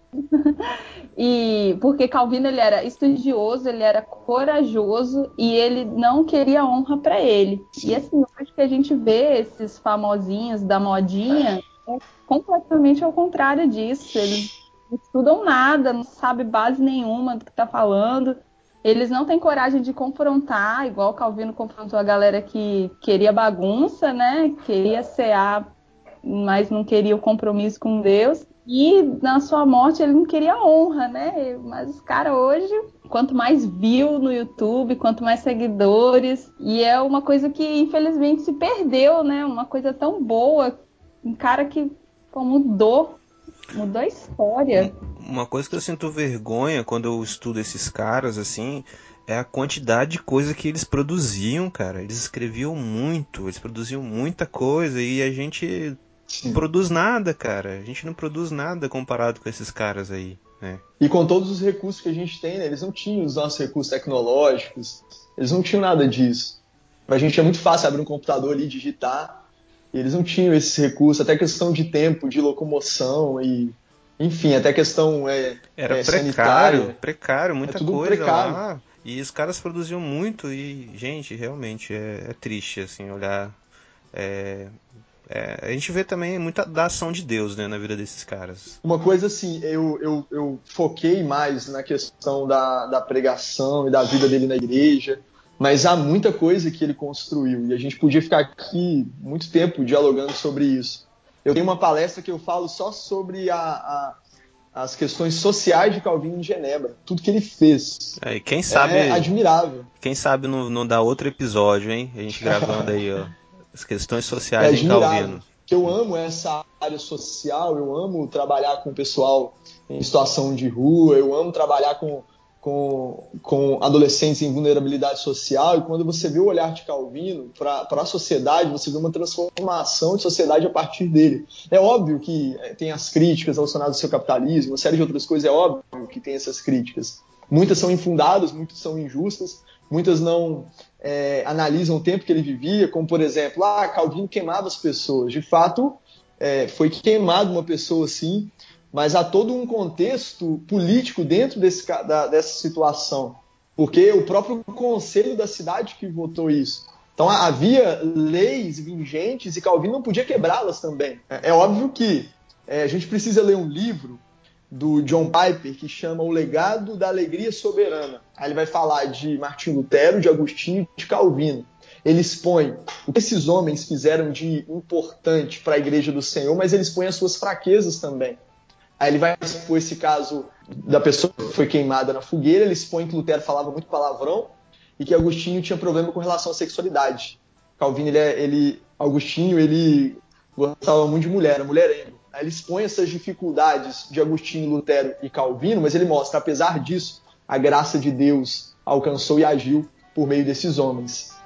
E porque Calvino ele era estudioso, ele era corajoso e ele não queria honra para ele. E assim, hoje que a gente vê esses famosinhos da modinha, é completamente ao contrário disso. Eles não estudam nada, não sabem base nenhuma do que está falando. Eles não têm coragem de confrontar, igual Calvino confrontou a galera que queria bagunça, né? Queria cear, mas não queria o compromisso com Deus. E na sua morte ele não queria honra, né? Mas os caras hoje, quanto mais view no YouTube, quanto mais seguidores, e é uma coisa que infelizmente se perdeu, né? Uma coisa tão boa, um cara que mudou a história. Uma coisa que eu sinto vergonha quando eu estudo esses caras, assim, é a quantidade de coisa que eles produziam, cara. Eles escreviam muito, eles produziam muita coisa e a gente não produz nada, cara. A gente não produz nada comparado com esses caras aí, né? E com todos os recursos que a gente tem, né? Eles não tinham os nossos recursos tecnológicos, eles não tinham nada disso. Pra gente é muito fácil abrir um computador ali e digitar, e eles não tinham esses recursos, até questão de tempo, de locomoção e... Enfim, até questão era sanitária. precário, muita tudo coisa precário. lá. E os caras produziam muito e, gente, realmente é triste, assim, olhar... a gente vê também muita da ação de Deus, né, na vida desses caras. Uma coisa assim, eu foquei mais na questão da pregação e da vida dele na igreja, mas há muita coisa que ele construiu e a gente podia ficar aqui muito tempo dialogando sobre isso. Eu tenho uma palestra que eu falo só sobre as questões sociais de Calvino em Genebra, tudo que ele fez. E quem sabe, é admirável. Quem sabe não dá outro episódio, hein? A gente gravando aí, ó, as questões sociais em admirável. Calvino. Eu amo essa área social, eu amo trabalhar com o pessoal em situação de rua, eu amo trabalhar com adolescentes em vulnerabilidade social, e quando você vê o olhar de Calvino para a sociedade, você vê uma transformação de sociedade a partir dele. É óbvio que tem as críticas relacionadas ao seu capitalismo, uma série de outras coisas, é óbvio que tem essas críticas. Muitas são infundadas, muitas são injustas, muitas não analisam o tempo que ele vivia, como, por exemplo, Calvino queimava as pessoas. De fato, foi queimado uma pessoa assim, mas há todo um contexto político dentro dessa situação, porque o próprio conselho da cidade que votou isso. Então havia leis vigentes e Calvino não podia quebrá-las também. É óbvio que a gente precisa ler um livro do John Piper que chama O Legado da Alegria Soberana. Aí ele vai falar de Martinho Lutero, de Agostinho e de Calvino. Ele expõe o que esses homens fizeram de importante para a Igreja do Senhor, mas ele expõe as suas fraquezas também. Aí ele vai expor esse caso da pessoa que foi queimada na fogueira, ele expõe que Lutero falava muito palavrão e que Agostinho tinha problema com relação à sexualidade. Calvino, Agostinho, ele gostava muito de mulher, mulherengo. Aí ele expõe essas dificuldades de Agostinho, Lutero e Calvino, mas ele mostra, apesar disso, a graça de Deus alcançou e agiu por meio desses homens.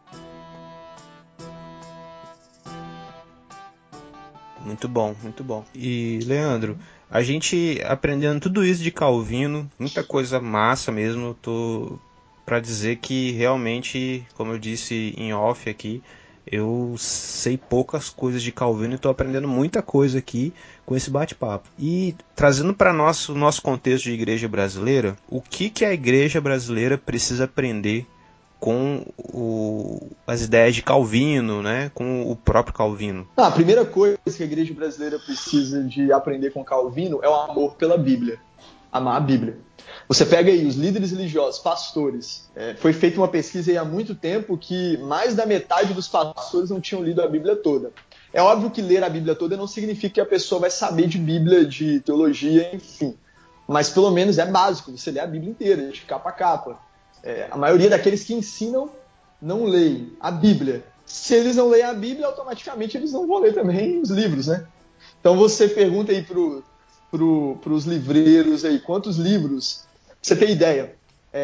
Muito bom, muito bom. E, Leandro, a gente aprendendo tudo isso de Calvino, muita coisa massa mesmo, tô pra dizer que realmente, como eu disse em off aqui, eu sei poucas coisas de Calvino e estou aprendendo muita coisa aqui com esse bate-papo. E trazendo para o nosso contexto de igreja brasileira, o que a igreja brasileira precisa aprender com as ideias de Calvino, né? Com o próprio Calvino? A primeira coisa que a igreja brasileira precisa de aprender com Calvino é o amor pela Bíblia. Amar a Bíblia. Você pega aí os líderes religiosos, pastores. Foi feita uma pesquisa aí há muito tempo que mais da metade dos pastores não tinham lido a Bíblia toda. É óbvio que ler a Bíblia toda não significa que a pessoa vai saber de Bíblia, de teologia, enfim. Mas pelo menos é básico, você lê a Bíblia inteira, de capa a capa. A maioria daqueles que ensinam não leem a Bíblia. Se eles não leem a Bíblia, automaticamente eles não vão ler também os livros, né? Então você pergunta aí pros livreiros aí, quantos livros? Pra você ter ideia,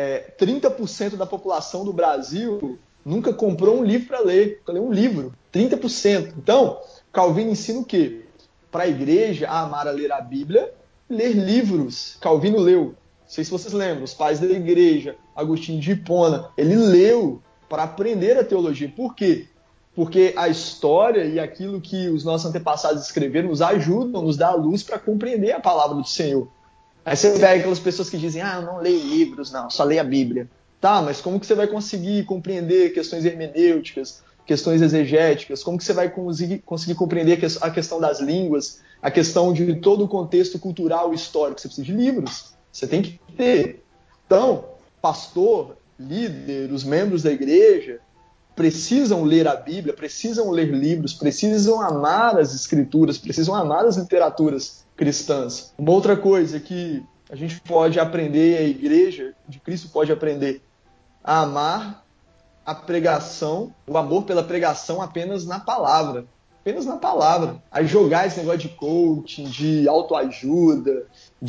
30% da população do Brasil nunca comprou um livro para ler, nunca leu um livro, 30%. Então, Calvino ensina o quê? Para a igreja a amar a ler a Bíblia, ler livros. Calvino leu, não sei se vocês lembram, os pais da igreja, Agostinho de Hipona, ele leu para aprender a teologia. Por quê? Porque a história e aquilo que os nossos antepassados escreveram nos ajudam, nos dá a luz para compreender a palavra do Senhor. Aí você pega aquelas pessoas que dizem, eu não leio livros, não, só leio a Bíblia. Tá, mas como que você vai conseguir compreender questões hermenêuticas, questões exegéticas? Como que você vai conseguir compreender a questão das línguas, a questão de todo o contexto cultural e histórico? Você precisa de livros, você tem que ter. Então, pastor, líder, os membros da igreja precisam ler a Bíblia, precisam ler livros, precisam amar as escrituras, precisam amar as literaturas cristãs. Uma outra coisa que a gente pode aprender, a igreja de Cristo pode aprender a amar a pregação, o amor pela pregação apenas na palavra. Apenas na palavra. A jogar esse negócio de coaching, de autoajuda,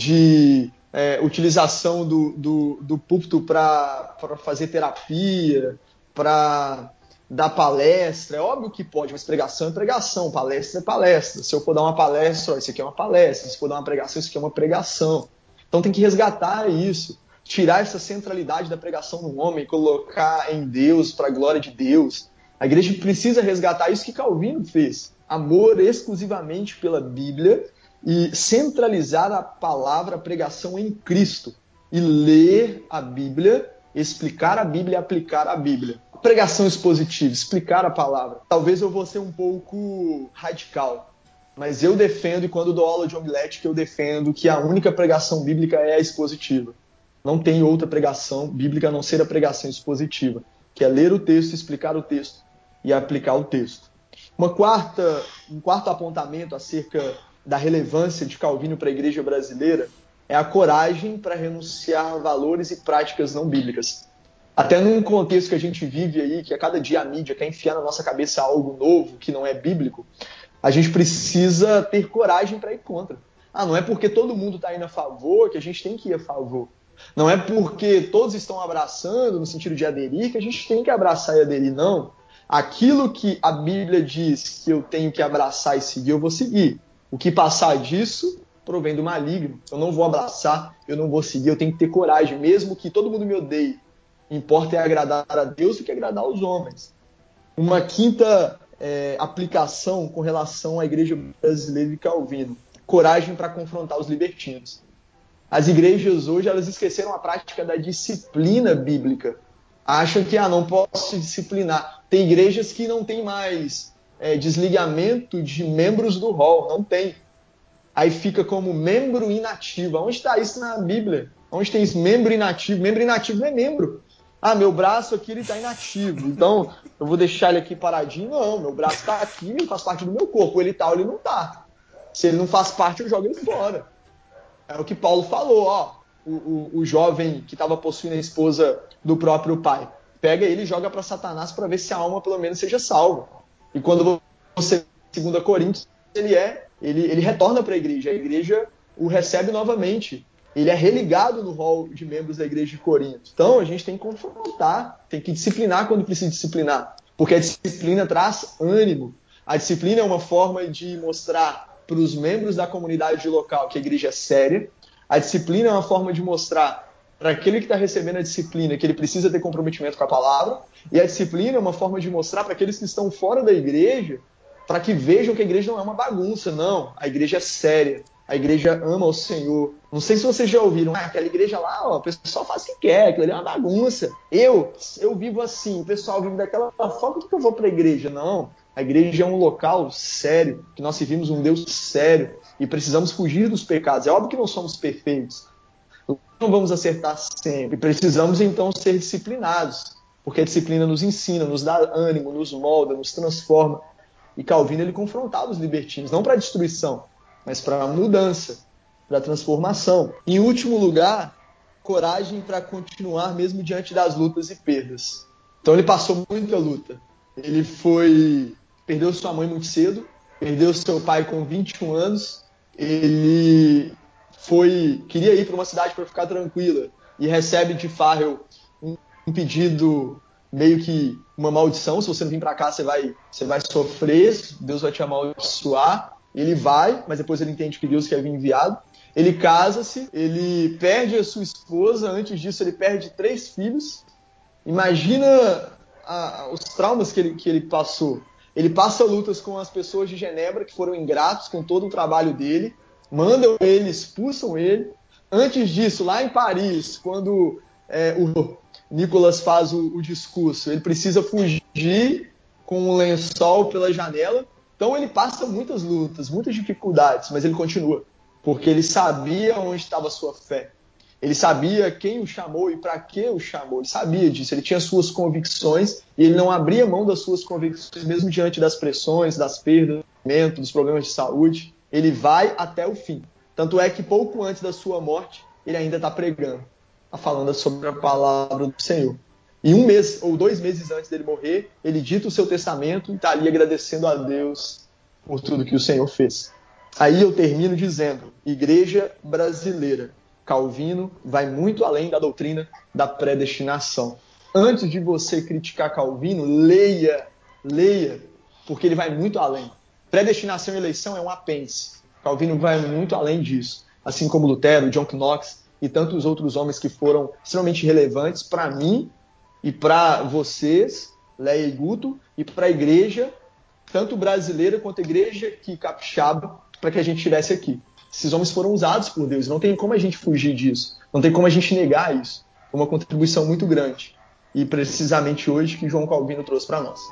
de utilização do púlpito para fazer terapia, para dar palestra. É óbvio que pode, mas pregação é pregação, palestra é palestra. Se eu for dar uma palestra, isso aqui é uma palestra. Se for dar uma pregação, isso aqui é uma pregação. Então tem que resgatar isso. Tirar essa centralidade da pregação no homem, colocar em Deus, para a glória de Deus. A igreja precisa resgatar isso que Calvino fez. Amor exclusivamente pela Bíblia e centralizar a palavra, a pregação em Cristo. E ler a Bíblia, explicar a Bíblia e aplicar a Bíblia. Pregação expositiva, explicar a palavra. Talvez eu vou ser um pouco radical, mas eu defendo, e quando dou aula de homilética, eu defendo que a única pregação bíblica é a expositiva. Não tem outra pregação bíblica a não ser a pregação expositiva, que é ler o texto, explicar o texto e aplicar o texto. Um quarto apontamento acerca da relevância de Calvino para a igreja brasileira é a coragem para renunciar a valores e práticas não bíblicas. Até num contexto que a gente vive aí, que a cada dia a mídia quer enfiar na nossa cabeça algo novo que não é bíblico, a gente precisa ter coragem para ir contra. Não é porque todo mundo está indo a favor que a gente tem que ir a favor. Não é porque todos estão abraçando, no sentido de aderir, que a gente tem que abraçar e aderir, não. Aquilo que a Bíblia diz que eu tenho que abraçar e seguir, eu vou seguir. O que passar disso provém do maligno. Eu não vou abraçar, eu não vou seguir, eu tenho que ter coragem, mesmo que todo mundo me odeie. Importa é agradar a Deus do que agradar aos homens. Uma quinta aplicação com relação à igreja brasileira de Calvino. Coragem para confrontar os libertinos. As igrejas hoje, elas esqueceram a prática da disciplina bíblica. Acham que, não posso disciplinar. Tem igrejas que não tem mais desligamento de membros do rol. Não tem. Aí fica como membro inativo. Onde está isso na Bíblia? Onde tem isso? Membro inativo. Membro inativo não é membro. Meu braço aqui ele está inativo. Então, eu vou deixar ele aqui paradinho. Não, meu braço está aqui, ele faz parte do meu corpo. Ele está ou ele não está. Se ele não faz parte, eu jogo ele fora. É o que Paulo falou, o jovem que estava possuindo a esposa do próprio pai. Pega ele e joga para Satanás para ver se a alma pelo menos seja salva. E quando você, 2 Coríntios, ele retorna para a igreja o recebe novamente. Ele é religado no rol de membros da igreja de Corinto. Então a gente tem que confrontar, tem que disciplinar quando precisa disciplinar. Porque a disciplina traz ânimo. A disciplina é uma forma de mostrar para os membros da comunidade local que a igreja é séria. A disciplina é uma forma de mostrar para aquele que está recebendo a disciplina que ele precisa ter comprometimento com a palavra. E a disciplina é uma forma de mostrar para aqueles que estão fora da igreja, para que vejam que a igreja não é uma bagunça, não. A igreja é séria. A igreja ama o Senhor. Não sei se vocês já ouviram, aquela igreja lá, o pessoal faz o que quer, aquilo ali é uma bagunça. Eu vivo assim, o pessoal vive daquela forma, por que eu vou para a igreja? Não. A igreja é um local sério, que nós servimos um Deus sério e precisamos fugir dos pecados. É óbvio que não somos perfeitos, não vamos acertar sempre. Precisamos então ser disciplinados, porque a disciplina nos ensina, nos dá ânimo, nos molda, nos transforma. E Calvino ele confrontava os libertinos, não para destruição, mas para a mudança, para a transformação. Em último lugar, coragem para continuar mesmo diante das lutas e perdas. Então ele passou muita luta. Ele perdeu sua mãe muito cedo, perdeu seu pai com 21 anos. Ele queria ir para uma cidade para ficar tranquila e recebe de Farrell um pedido, meio que uma maldição. Se você não vir para cá, você vai sofrer, Deus vai te amaldiçoar. Ele vai, mas depois ele entende que Deus quer vir enviado. Ele casa-se, ele perde a sua esposa, antes disso ele perde 3 filhos. Imagina os traumas que ele passou. Ele passa lutas com as pessoas de Genebra, que foram ingratos com todo o trabalho dele, mandam ele, expulsam ele. Antes disso, lá em Paris, quando o Nicolas faz o discurso, ele precisa fugir com um lençol pela janela. Então ele passa muitas lutas, muitas dificuldades, mas ele continua, porque ele sabia onde estava a sua fé. Ele sabia quem o chamou e para que o chamou. Ele sabia disso. Ele tinha suas convicções e ele não abria mão das suas convicções, mesmo diante das pressões, das perdas, dos problemas de saúde. Ele vai até o fim. Tanto é que pouco antes da sua morte, ele ainda está pregando, está falando sobre a palavra do Senhor. E 1 mês ou 2 meses antes dele morrer, ele dita o seu testamento e está ali agradecendo a Deus por tudo que o Senhor fez. Aí eu termino dizendo: Igreja brasileira, Calvino vai muito além da doutrina da predestinação. Antes de você criticar Calvino, leia, porque ele vai muito além. Predestinação e eleição é um apêndice. Calvino vai muito além disso. Assim como Lutero, John Knox e tantos outros homens que foram extremamente relevantes para mim e para vocês, Leia e Guto, e para a igreja, tanto brasileira quanto a igreja que capixaba, para que a gente estivesse aqui. Esses homens foram usados por Deus, não tem como a gente fugir disso, não tem como a gente negar isso. Foi uma contribuição muito grande. E precisamente hoje que João Calvino trouxe para nós.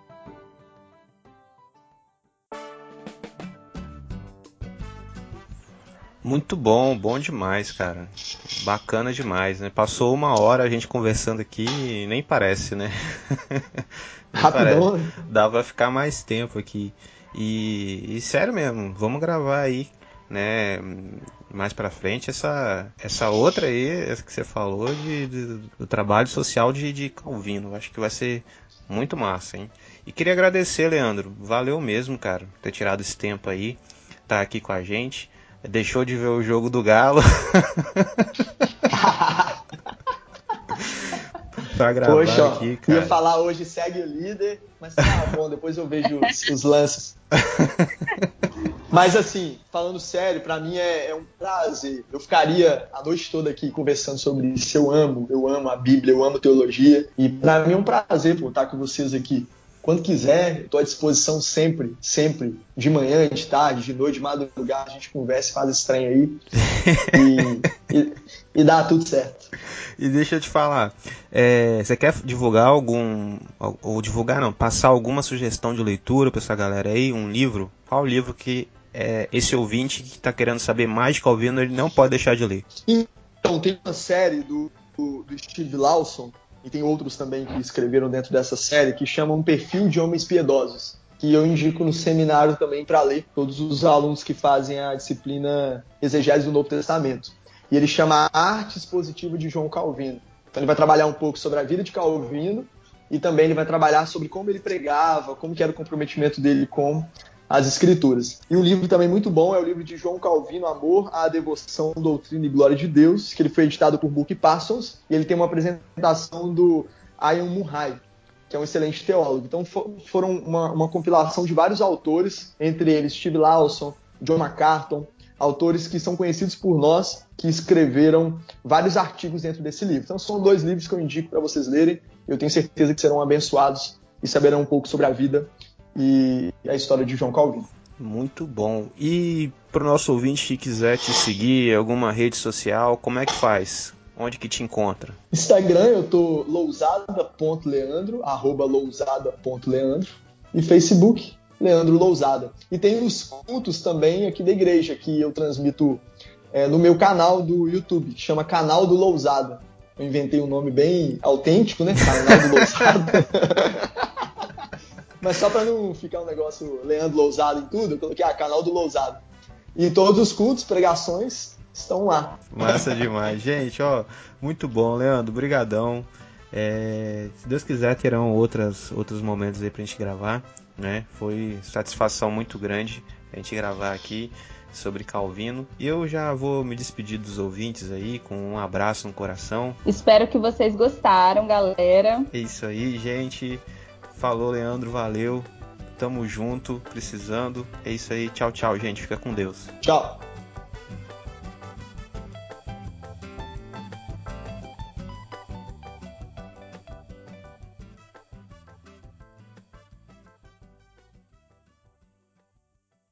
Muito bom, bom demais, cara. Bacana demais, né? Passou 1 hora a gente conversando aqui e nem parece, né? Rapidão, parece. Dá pra ficar mais tempo aqui. E sério mesmo, vamos gravar aí, né? Mais pra frente essa outra aí, essa que você falou do trabalho social de Calvino. Acho que vai ser muito massa, hein? E queria agradecer, Leandro. Valeu mesmo, cara, ter tirado esse tempo aí, tá aqui com a gente. Deixou de ver o jogo do Galo pra gravar. Poxa, aqui, cara. Ia falar hoje segue o líder, mas tá bom, depois eu vejo os lances. Mas assim, falando sério, pra mim é um prazer. Eu ficaria a noite toda aqui conversando sobre isso. Eu amo a Bíblia, eu amo teologia. E pra mim é um prazer estar com vocês aqui. Quando quiser, estou à disposição sempre, de manhã, de tarde, de noite, de madrugada, a gente conversa, faz esse trem aí e dá tudo certo. E deixa eu te falar, você quer divulgar passar alguma sugestão de leitura para essa galera aí, um livro? Qual livro que esse ouvinte que está querendo saber mais de Calvino, ele não pode deixar de ler? Então, tem uma série do Steve Lawson, e tem outros também que escreveram dentro dessa série, que chama Um Perfil de Homens Piedosos, que eu indico no seminário também para ler, todos os alunos que fazem a disciplina Exegese do Novo Testamento. E ele chama A Arte Expositiva de João Calvino. Então ele vai trabalhar um pouco sobre a vida de Calvino e também ele vai trabalhar sobre como ele pregava, como que era o comprometimento dele com as Escrituras. E um livro também muito bom é o livro de João Calvino, Amor à Devoção, Doutrina e Glória de Deus, que ele foi editado por Buck Parsons, e ele tem uma apresentação do Ian Murray, que é um excelente teólogo. Então foram uma compilação de vários autores, entre eles Steve Lawson, John MacArthur, autores que são conhecidos por nós, que escreveram vários artigos dentro desse livro. Então são 2 livros que eu indico para vocês lerem. Eu tenho certeza que serão abençoados e saberão um pouco sobre a vida e a história de João Calvino. Muito bom. E para o nosso ouvinte que quiser te seguir, alguma rede social, como é que faz? Onde que te encontra? Instagram, eu tô lousada.leandro, @lousada.leandro, e Facebook, Leandro Lousada. E tem os cultos também aqui da igreja, que eu transmito no meu canal do YouTube, que chama Canal do Lousada. Eu inventei um nome bem autêntico, né? Canal do Lousada. Mas só para não ficar um negócio Leandro Lousada em tudo, eu coloquei Canal do Lousada. E todos os cultos, pregações, estão lá. Massa demais. Gente, muito bom, Leandro, brigadão. Se Deus quiser, terão outros momentos aí pra gente gravar, né? Foi satisfação muito grande a gente gravar aqui sobre Calvino. E eu já vou me despedir dos ouvintes aí com um abraço no coração. Espero que vocês gostaram, galera. É isso aí, gente. Falou, Leandro, valeu. Tamo junto, precisando. É isso aí, tchau, tchau, gente. Fica com Deus. Tchau.